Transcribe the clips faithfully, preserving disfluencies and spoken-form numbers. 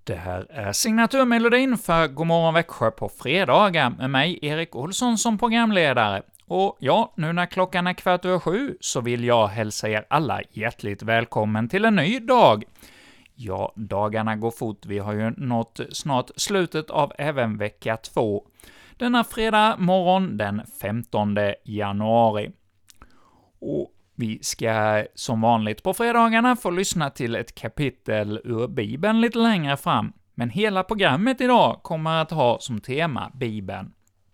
Det här är signaturmelodin för Godmorgon Växjö på fredagar med mig, Erik Olsson, som programledare. Och ja, nu när klockan är kvart över sju så vill jag hälsa er alla hjärtligt välkommen till en ny dag. Ja, dagarna går fort, vi har ju nått snart slutet av även vecka två. Denna fredag morgon den femtonde januari. Och vi ska som vanligt på fredagarna få lyssna till ett kapitel ur Bibeln lite längre fram, men hela programmet idag kommer att ha som tema Bibeln.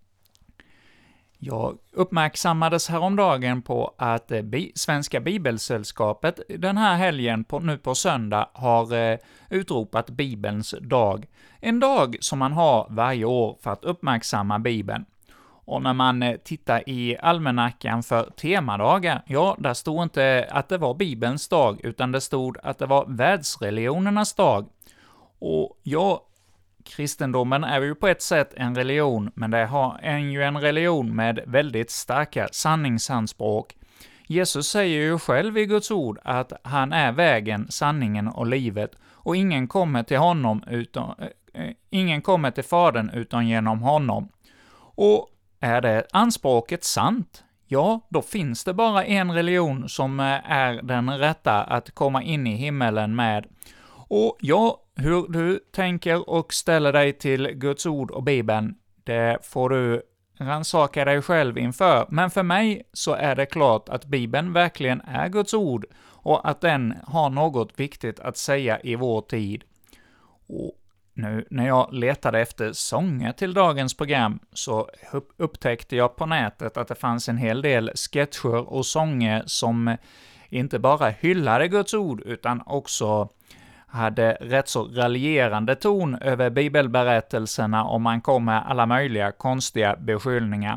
Jag uppmärksammades häromdagen på att Bi- Svenska Bibelsällskapet den här helgen, på, nu på söndag, har eh, utropat Bibelns dag. En dag som man har varje år för att uppmärksamma Bibeln. Och när man eh, tittar i almanackan för temadagar, ja, där stod inte att det var Bibelns dag, utan det stod att det var världsreligionernas dag. Och ja, kristendomen är ju på ett sätt en religion, men det är ju en religion med väldigt starka sanningsanspråk. Jesus säger ju själv i Guds ord att han är vägen, sanningen och livet, och ingen kommer till honom utan, äh, ingen kommer till Fadern utan genom honom. Och är det anspråket sant? Ja, då finns det bara en religion som är den rätta att komma in i himmelen med. Och ja, hur du tänker och ställer dig till Guds ord och Bibeln, det får du rannsaka dig själv inför. Men för mig så är det klart att Bibeln verkligen är Guds ord och att den har något viktigt att säga i vår tid. Och nu när jag letade efter sånger till dagens program så upptäckte jag på nätet att det fanns en hel del sketcher och sånger som inte bara hyllade Guds ord utan också hade rätt så raljerande ton över bibelberättelserna och man kom med alla möjliga konstiga beskyllningar.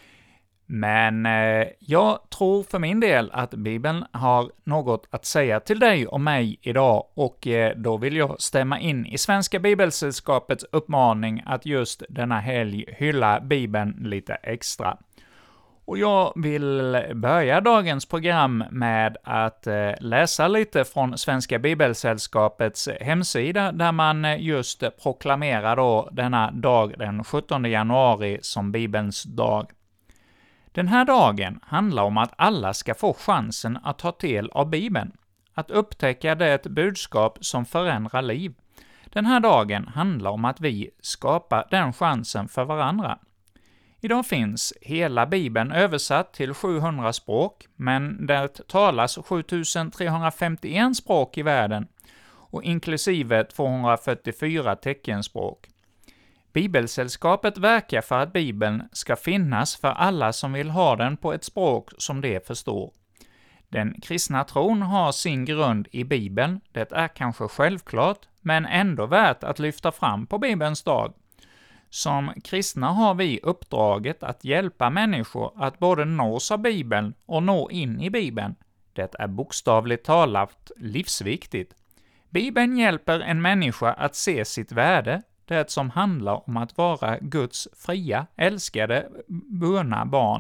Men eh, jag tror för min del att Bibeln har något att säga till dig och mig idag, och eh, då vill jag stämma in i Svenska Bibelsällskapets uppmaning att just denna helg hylla Bibeln lite extra. Och jag vill börja dagens program med att eh, läsa lite från Svenska Bibelsällskapets hemsida, där man just proklamerar då denna dag den sjuttonde januari som Bibelns dag. Den här dagen handlar om att alla ska få chansen att ta del av Bibeln, att upptäcka det budskap som förändrar liv. Den här dagen handlar om att vi skapar den chansen för varandra. Idag finns hela Bibeln översatt till sjuhundra språk, men det talas sjutusen trehundrafemtioen språk i världen, och inklusive tvåhundrafyrtiofyra teckenspråk. Bibelsällskapet verkar för att Bibeln ska finnas för alla som vill ha den på ett språk som de förstår. Den kristna tron har sin grund i Bibeln, det är kanske självklart, men ändå värt att lyfta fram på Bibelns dag. Som kristna har vi uppdraget att hjälpa människor att både nås av Bibeln och nå in i Bibeln. Det är bokstavligt talat livsviktigt. Bibeln hjälper en människa att se sitt värde, det som handlar om att vara Guds fria, älskade, burna barn.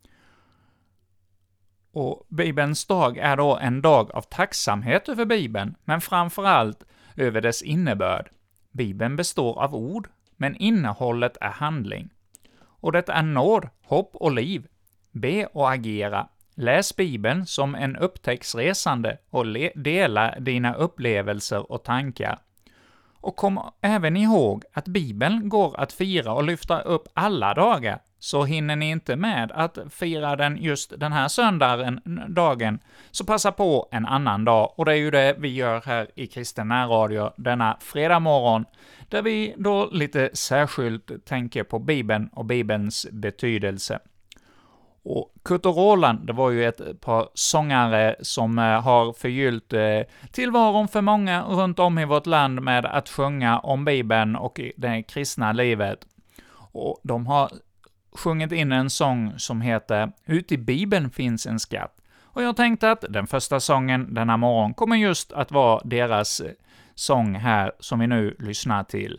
Och Bibelns dag är då en dag av tacksamhet över Bibeln, men framförallt över dess innebörd. Bibeln består av ord, men innehållet är handling. Och det är nåd, hopp och liv. Be och agera. Läs Bibeln som en upptäcktsresande och le- dela dina upplevelser och tankar. Och kom även ihåg att Bibeln går att fira och lyfta upp alla dagar, så hinner ni inte med att fira den just den här söndagen, dagen, så passa på en annan dag. Och det är ju det vi gör här i Kristen närradio denna fredag morgon, där vi då lite särskilt tänker på Bibeln och Bibelns betydelse. Och Kurt och Roland, det var ju ett par sångare som har förgyllt tillvaron för många runt om i vårt land med att sjunga om Bibeln och det kristna livet. Och de har sjungit in en sång som heter "Ut i Bibeln finns en skatt". Och jag tänkte att den första sången denna morgon kommer just att vara deras sång här som vi nu lyssnar till.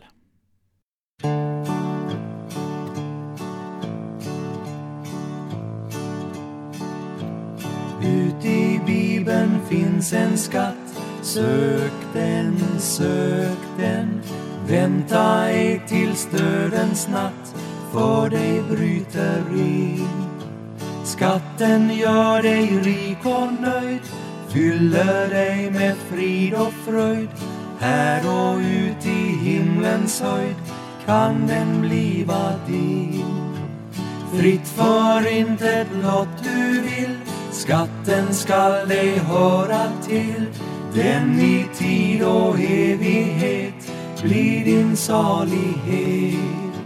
Ut i Bibeln finns en skatt, sök den, sök den, Vänta ej tills dödens natt för dig bryter in. Skatten gör dig rik och nöjd, fyller dig med frid och fröjd. Här och ut i himlens höjd kan den bliva din. Fritt för intet blott du vill, skatten skall dig höra till. Den i tid och evighet blir din salighet.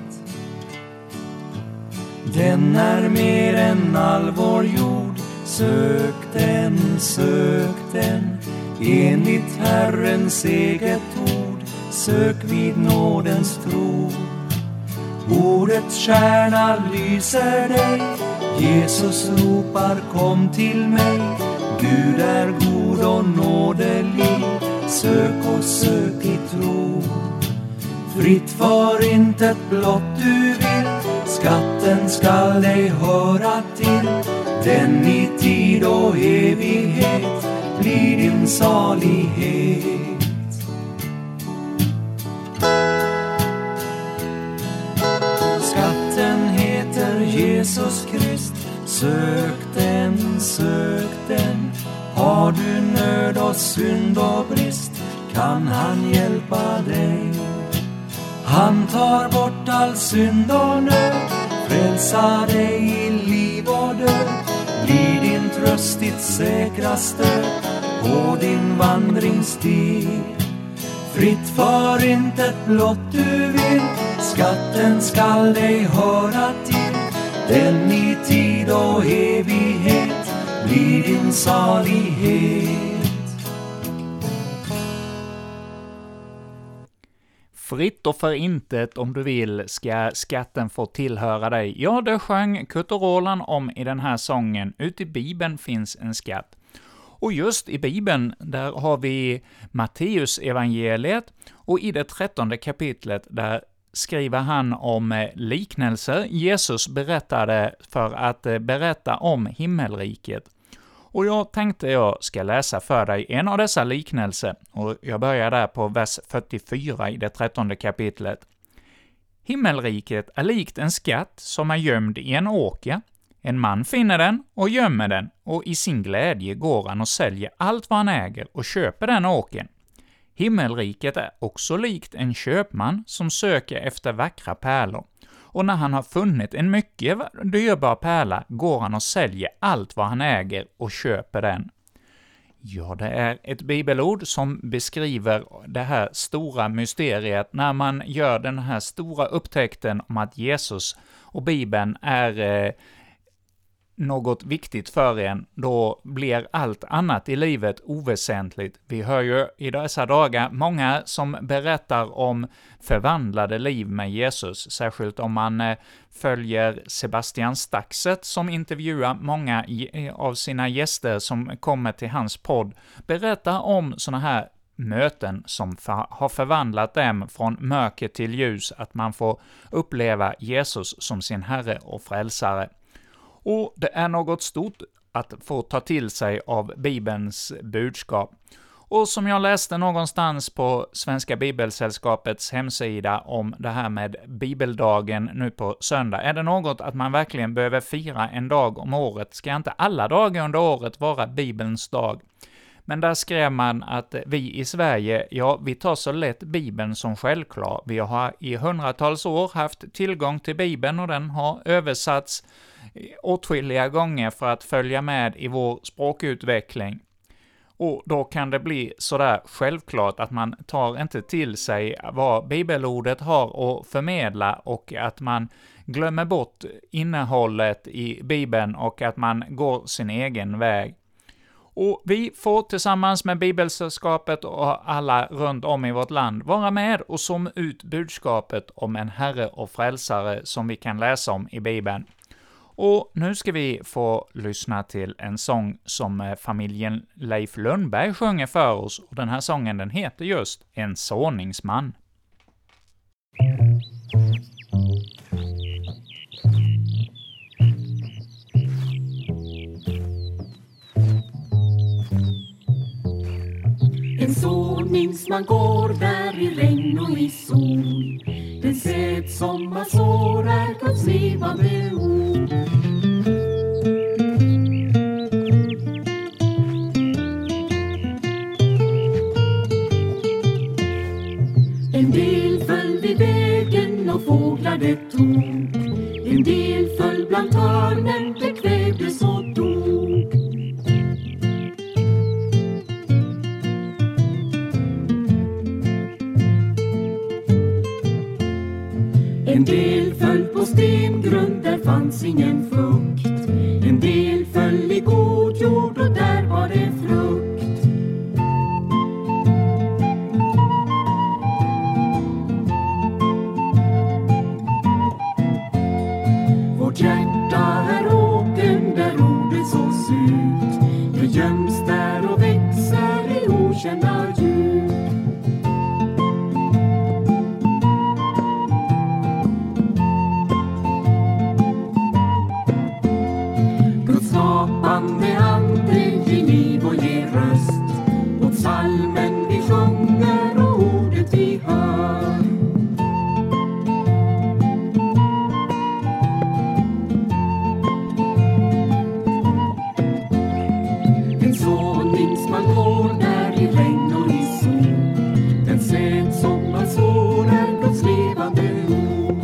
Den är mer än all vår jord, sök den, sök den. Enligt Herrens eget ord, sök vid nådens tro. Ordets kärna lyser dig, Jesus ropar kom till mig. Gud är god och nådelig, sök och sök i tro. Fritt för intet blott du vill, skatten skall dig höra till. Den i tid och evighet blir din salighet. Skatten heter Jesus Krist, sök den, sök den. Har du nöd och synd och brist kan han hjälpa dig. Han tar bort all synd och nöd, frälsar dig i liv och död. Blir din tröst ditt säkra stöd på din vandringsstig. Fritt för intet blott du vill, skatten skall dig höra till. Den i tid och evighet blir din salighet. Fritt och för intet om du vill ska skatten få tillhöra dig. Ja, det sjöng Kurt och Roland om i den här sången. Ut i Bibeln finns en skatt. Och just i Bibeln, där har vi Matteus evangeliet, och i det trettonde kapitlet där skriver han om liknelser Jesus berättade för att berätta om himmelriket. Och jag tänkte jag ska läsa för dig en av dessa liknelser, och jag börjar där på vers fyrtiofyra i det trettonde kapitlet. Himmelriket är likt en skatt som är gömd i en åker. En man finner den och gömmer den, och i sin glädje går han och säljer allt vad han äger och köper den åkern. Himmelriket är också likt en köpman som söker efter vackra pärlor, och när han har funnit en mycket dyrbar pärla går han och säljer allt vad han äger och köper den. Ja, det är ett bibelord som beskriver det här stora mysteriet när man gör den här stora upptäckten om att Jesus och Bibeln är eh, något viktigt för en, då blir allt annat i livet oväsentligt. Vi hör ju i dessa dagar många som berättar om förvandlade liv med Jesus, särskilt om man eh, följer Sebastian Staxet som intervjuar många av sina gäster som kommer till hans podd, berättar om såna här möten som för, har förvandlat dem från mörker till ljus, att man får uppleva Jesus som sin Herre och Frälsare. Och det är något stort att få ta till sig av Bibelns budskap. Och som jag läste någonstans på Svenska Bibelsällskapets hemsida om det här med bibeldagen nu på söndag, är det något att man verkligen behöver fira en dag om året? Ska inte alla dagar under året vara Bibelns dag? Men där skrev man att vi i Sverige, ja, vi tar så lätt Bibeln som självklar. Vi har i hundratals år haft tillgång till Bibeln och den har översatts åtskilliga gånger för att följa med i vår språkutveckling. Och då kan det bli sådär självklart att man tar inte till sig vad bibelordet har att förmedla och att man glömmer bort innehållet i Bibeln och att man går sin egen väg. Och vi får tillsammans med Bibelsällskapet och alla runt om i vårt land vara med och som ut budskapet om en Herre och Frälsare som vi kan läsa om i Bibeln. Och nu ska vi få lyssna till en sång som familjen Leif Lundberg sjunger för oss, och den här sången den heter just En såningsman. En såningsman går där i regn och i sol. Den säd som man sår är Guds levande ord. En del föll vid vägen och fåglade tog. En del föll bland törnen, det kvävdes och dog. En del föll på stengrund, där fanns ingen frukt. En del föll i god jord och där var det frukt. Vårt hjärta är åken där ordet sås ut. Det göms där och växer i okända djup. Guds skapande ande ger liv och ger röst åt psalmen vi sjunger och ordet vi hör. En såningsman går där i regn och i sol. Den säd som man sår är Guds levande ord.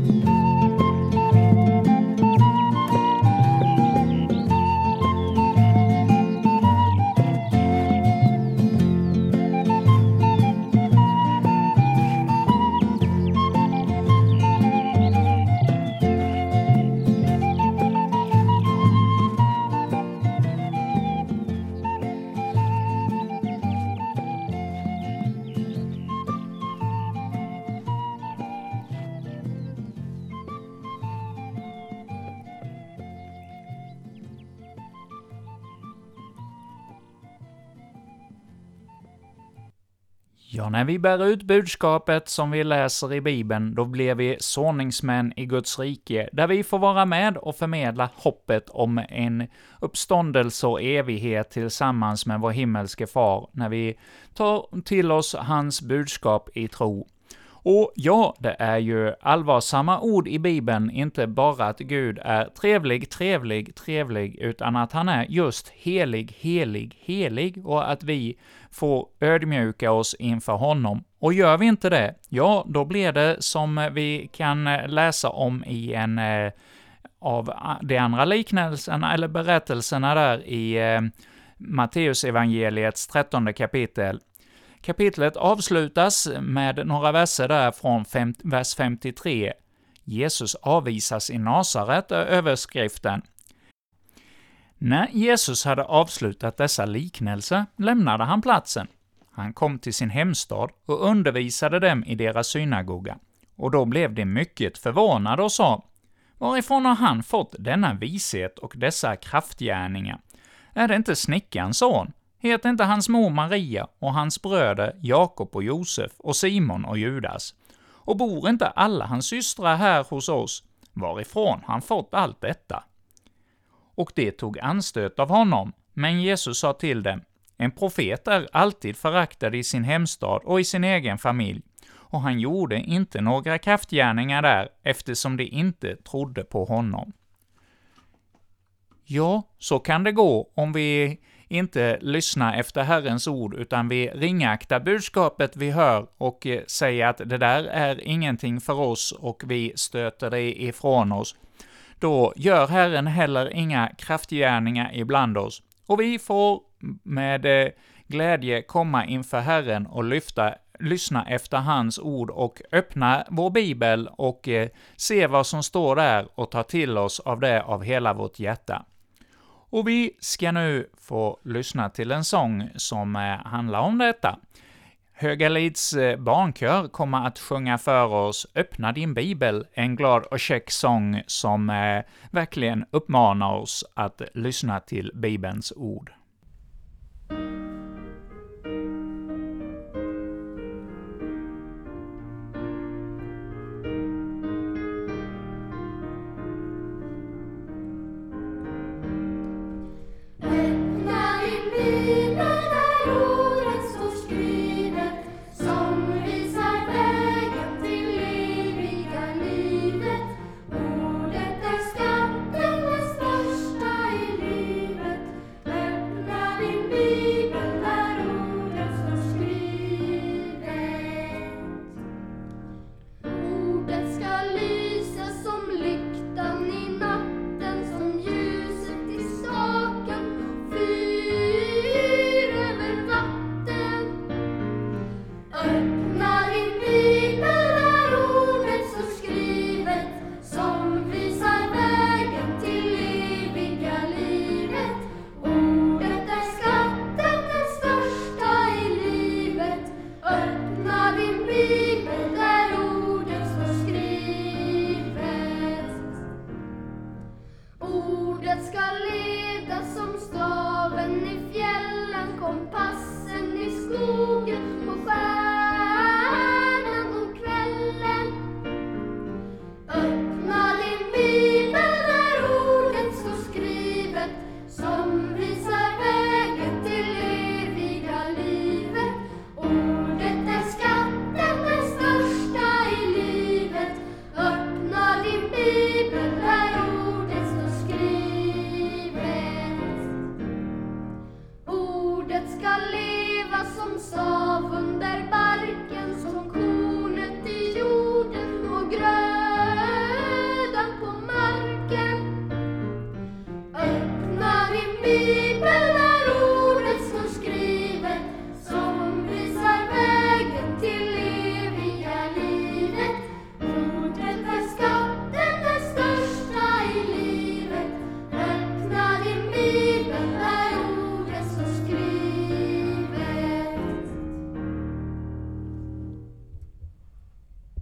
Ja, när vi bär ut budskapet som vi läser i Bibeln, då blir vi såningsmän i Guds rike, där vi får vara med och förmedla hoppet om en uppståndelse och evighet tillsammans med vår himmelske far, när vi tar till oss hans budskap i tro. Och ja, det är ju allvarsamma ord i Bibeln, inte bara att Gud är trevlig, trevlig, trevlig, utan att han är just helig, helig, helig, och att vi får ödmjuka oss inför honom. Och gör vi inte det, ja, då blir det som vi kan läsa om i en eh, av de andra liknelserna, eller berättelserna där i eh, Matteus evangeliets trettonde kapitel. Kapitlet avslutas med några verser där från fem, vers femtiotre. Jesus avvisas i Nasaret, är överskriften. När Jesus hade avslutat dessa liknelser lämnade han platsen. Han kom till sin hemstad och undervisade dem i deras synagoga. Och då blev de mycket förvånade och sa: varifrån har han fått denna vishet och dessa kraftgärningar? Är det inte snickarens son? Heter inte hans mor Maria och hans bröder Jakob och Josef och Simon och Judas? Och bor inte alla hans systrar här hos oss? Varifrån han fått allt detta? Och det tog anstöt av honom, men Jesus sa till dem: en profet är alltid föraktad i sin hemstad och i sin egen familj, och han gjorde inte några kraftgärningar där, eftersom de inte trodde på honom. Ja, så kan det gå om vi inte lyssnar efter Herrens ord, utan vi ringaktar budskapet vi hör och säger att det där är ingenting för oss och vi stöter det ifrån oss. Då gör Herren heller inga kraftgärningar ibland oss, och vi får med glädje komma inför Herren och lyfta, lyssna efter hans ord och öppna vår bibel och se vad som står där och ta till oss av det av hela vårt hjärta. Och vi ska nu få lyssna till en sång som handlar om detta. Högalids barnkör kommer att sjunga för oss Öppna din bibel, en glad och käck sång som eh, verkligen uppmanar oss att lyssna till Bibelns ord. Öppna din bibel där orden står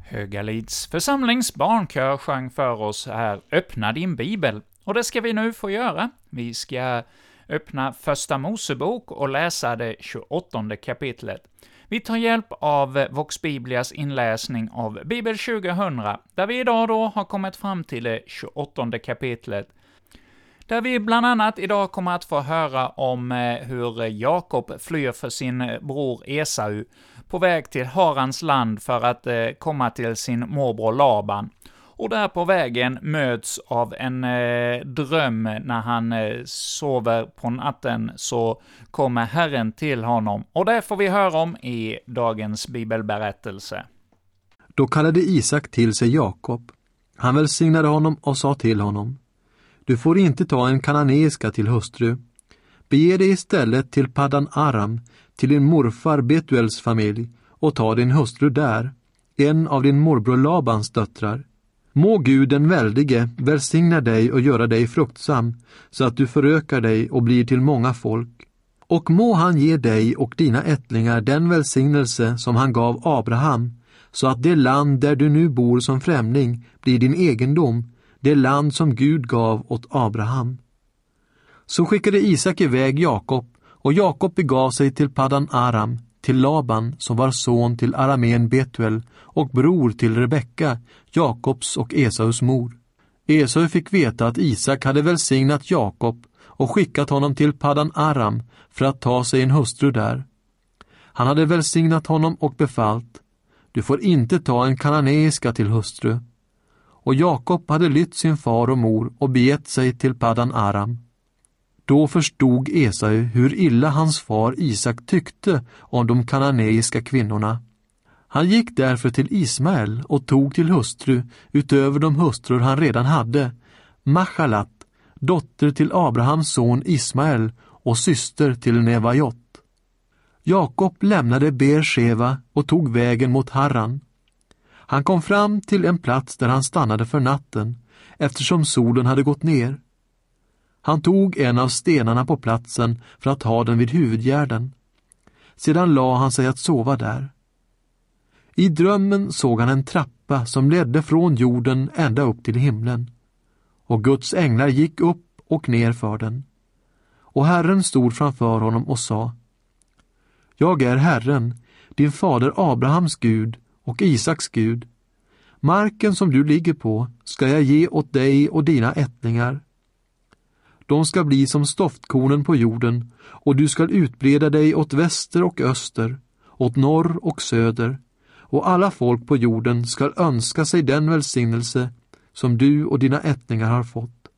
Högalids församlings barnkör sjöng för oss här Öppna din bibel, och det ska vi nu få göra. Vi ska öppna Första Mosebok och läsa det tjugoåttonde kapitlet. Vi tar hjälp av Vox Biblias inläsning av Bibel tjugohundra, där vi idag då har kommit fram till det tjugoåttonde kapitlet, där vi bland annat idag kommer att få höra om hur Jakob flyr för sin bror Esau på väg till Harans land för att komma till sin morbror Laban. Och där på vägen möts av en eh, dröm när han eh, sover på natten, så kommer Herren till honom. Och det får vi höra om i dagens bibelberättelse. Då kallade Isak till sig Jakob. Han välsignade honom och sa till honom: Du får inte ta en kananeiska till hustru. Bege dig istället till Paddan Aram, till din morfar Betuels familj, och ta din hustru där, en av din morbror Labans döttrar. Må Gud den väldige välsigna dig och göra dig fruktsam, så att du förökar dig och blir till många folk. Och må han ge dig och dina ättlingar den välsignelse som han gav Abraham, så att det land där du nu bor som främling blir din egendom, det land som Gud gav åt Abraham. Så skickade Isak iväg Jakob, och Jakob begav sig till Paddan Aram, till Laban som var son till aramén Betuel och bror till Rebekka, Jakobs och Esaus mor. Esau fick veta att Isak hade välsignat Jakob och skickat honom till Paddan Aram för att ta sig en hustru där. Han hade välsignat honom och befallt: Du får inte ta en kananeiska till hustru. Och Jakob hade lytt sin far och mor och begett sig till Paddan Aram. Då förstod Esau hur illa hans far Isak tyckte om de kananeiska kvinnorna. Han gick därför till Ismael och tog till hustru, utöver de hustrur han redan hade, Machalat, dotter till Abrahams son Ismael och syster till Nevajot. Jakob lämnade Beersheva och tog vägen mot Harran. Han kom fram till en plats där han stannade för natten, eftersom solen hade gått ner. Han tog en av stenarna på platsen för att ha den vid huvudgärden. Sedan la han sig att sova där. I drömmen såg han en trappa som ledde från jorden ända upp till himlen. Och Guds änglar gick upp och ner för den. Och Herren stod framför honom och sa: Jag är Herren, din fader Abrahams Gud och Isaks Gud. Marken som du ligger på ska jag ge åt dig och dina ättlingar. De ska bli som stoftkornen på jorden, och du ska utbreda dig åt väster och öster, åt norr och söder, och alla folk på jorden ska önska sig den välsignelse som du och dina ättlingar har fått.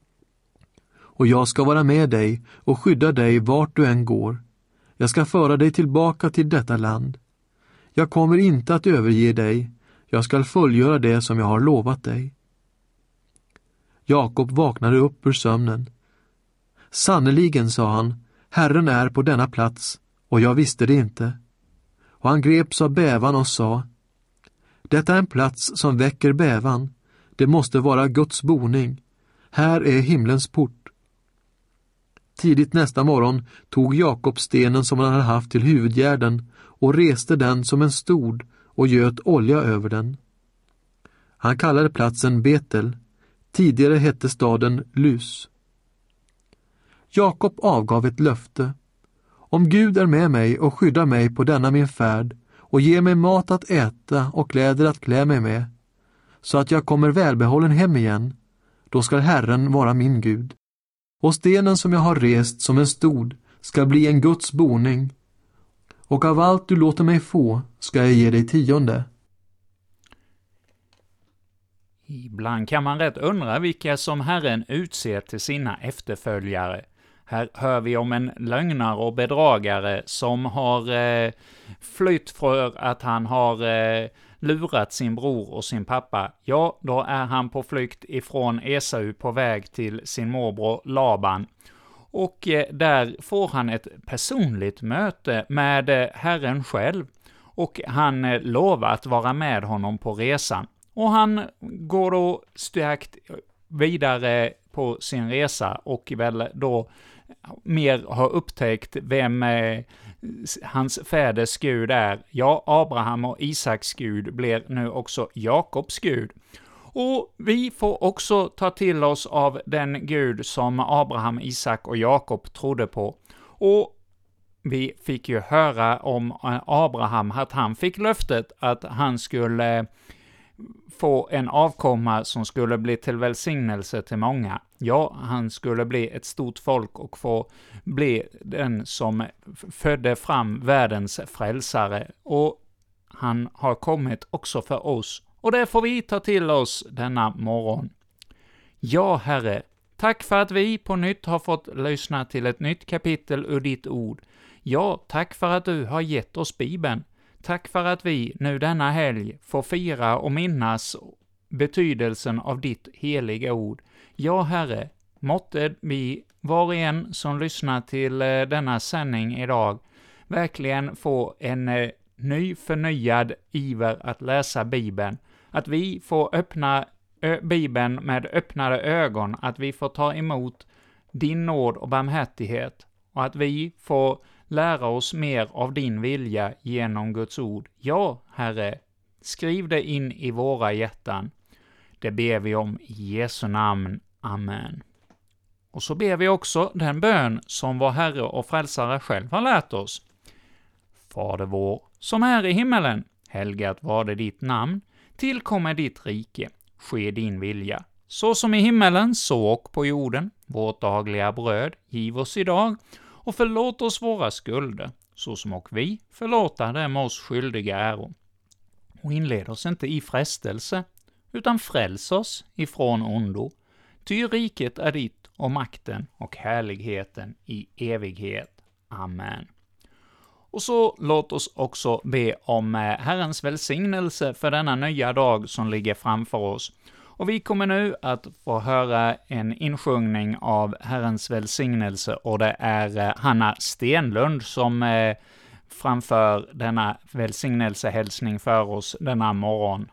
Och jag ska vara med dig och skydda dig vart du än går. Jag ska föra dig tillbaka till detta land. Jag kommer inte att överge dig. Jag ska fullgöra det som jag har lovat dig. Jakob vaknade upp ur sömnen. Sannoliken, sa han, Herren är på denna plats, och jag visste det inte. Och han greps av bävan och sa: Detta är en plats som väcker bävan. Det måste vara Guds boning. Här är himlens port. Tidigt nästa morgon tog Jakob stenen som han hade haft till huvudgärden och reste den som en stod och göt olja över den. Han kallade platsen Betel. Tidigare hette staden Lus. Jakob avgav ett löfte: Om Gud är med mig och skyddar mig på denna min färd och ger mig mat att äta och kläder att klä mig med, så att jag kommer välbehållen hem igen, då ska Herren vara min Gud. Och stenen som jag har rest som en stod ska bli en Guds boning, och av allt du låter mig få ska jag ge dig tionde. Ibland kan man rätt undra vilka som Herren utser till sina efterföljare. Här hör vi om en lögnare och bedragare som har eh, flytt för att han har eh, lurat sin bror och sin pappa. Ja, då är han på flykt ifrån Esau på väg till sin morbror Laban. Och eh, där får han ett personligt möte med eh, Herren själv. Och han eh, lovar att vara med honom på resan. Och han går då stärkt vidare på sin resa och väl då mer har upptäckt vem eh, hans fäders Gud är. Ja, Abraham och Isaks Gud blir nu också Jakobs Gud. Och vi får också ta till oss av den Gud som Abraham, Isak och Jakob trodde på. Och vi fick ju höra om Abraham att han fick löftet att han skulle få en avkomma som skulle bli till välsignelse till många. Ja, han skulle bli ett stort folk och få bli den som födde fram världens frälsare. Och han har kommit också för oss. Och det får vi ta till oss denna morgon. Ja, Herre, tack för att vi på nytt har fått lyssna till ett nytt kapitel ur ditt ord. Ja, tack för att du har gett oss Bibeln. Tack för att vi nu denna helg får fira och minnas betydelsen av ditt heliga ord. Ja, Herre, måtte vi var och en som lyssnar till denna sändning idag verkligen få en ny förnyad iver att läsa Bibeln. Att vi får öppna ö- Bibeln med öppnade ögon, att vi får ta emot din nåd och barmhärtighet och att vi får lära oss mer av din vilja genom Guds ord. Ja, Herre, skriv det in i våra hjärtan. Det ber vi om i Jesu namn. Amen. Och så ber vi också den bön som vår Herre och Frälsare själv har lärt oss. Fader vår, som är i himmelen, helgat var det ditt namn, tillkommer ditt rike, ske din vilja, så som i himmelen, så och på jorden. Vårt dagliga bröd giv oss idag, och förlåt oss våra skulder, så som och vi förlåta dem oss skyldiga äro. Och inled oss inte i frestelse, utan fräls oss ifrån ondo. Ty riket är ditt och makten och härligheten i evighet. Amen. Och så låt oss också be om Herrens välsignelse för denna nya dag som ligger framför oss. Och vi kommer nu att få höra en insjungning av Herrens välsignelse, och det är Hanna Stenlund som framför denna välsignelsehälsning för oss denna morgon.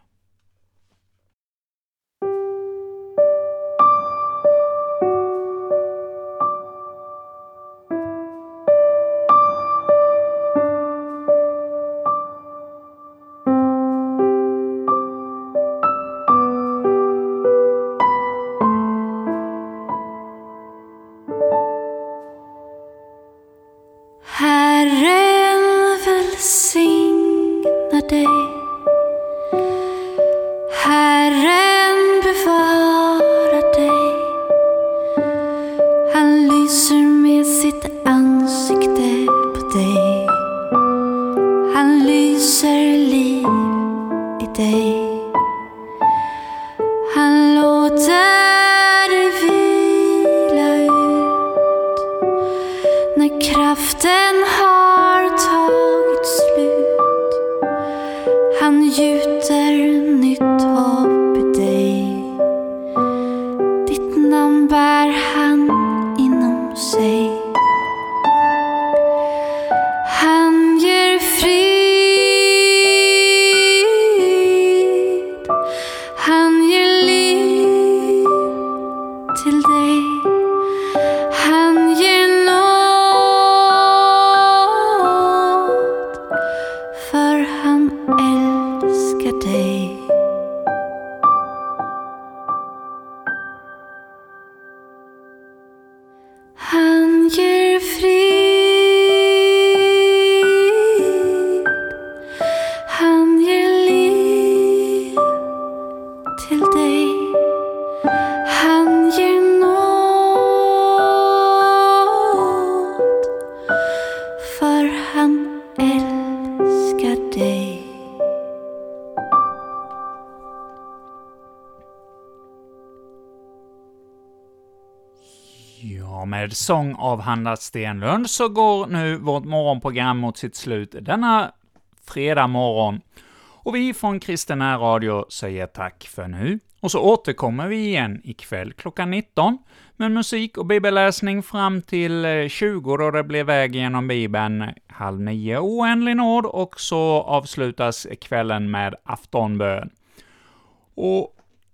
Med sång av Hanna Stenlund så går nu vårt morgonprogram mot sitt slut denna fredag morgon. Och vi från Kristen Radio säger tack för nu. Och så återkommer vi igen ikväll klockan nitton med musik och bibelläsning fram till tjugo då det blir väg genom Bibeln, halv nio oändlig nåd, och så avslutas kvällen med aftonbön. Och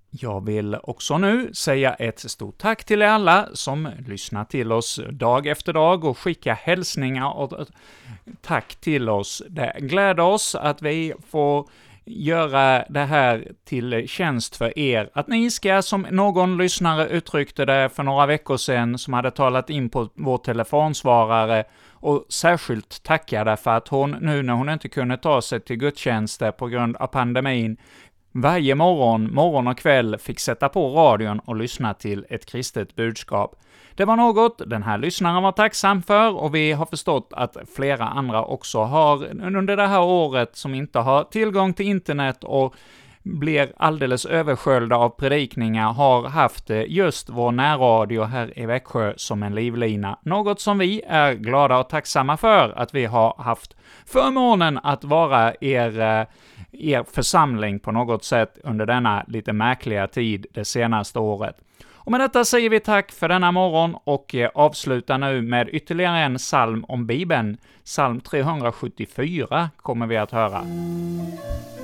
Jag vill också nu säga ett stort tack till er alla som lyssnar till oss dag efter dag och skickar hälsningar och tack till oss. Det gläder oss att vi får göra det här till tjänst för er. Att ni ska, som någon lyssnare uttryckte det för några veckor sedan, som hade talat in på vår telefonsvarare, och särskilt tackade för att hon, nu när hon inte kunde ta sig till gudstjänster på grund av pandemin, varje morgon, morgon och kväll fick sätta på radion och lyssna till ett kristet budskap. Det var något den här lyssnaren var tacksam för, och vi har förstått att flera andra också har under det här året som inte har tillgång till internet och blir alldeles översköljda av predikningar har haft just vår närradio här i Växjö som en livlina. Något som vi är glada och tacksamma för, att vi har haft förmånen att vara er, er församling på något sätt under denna lite märkliga tid det senaste året. Och med detta säger vi tack för denna morgon och avslutar nu med ytterligare en psalm om Bibeln. Psalm trehundrasjuttiofyra kommer vi att höra.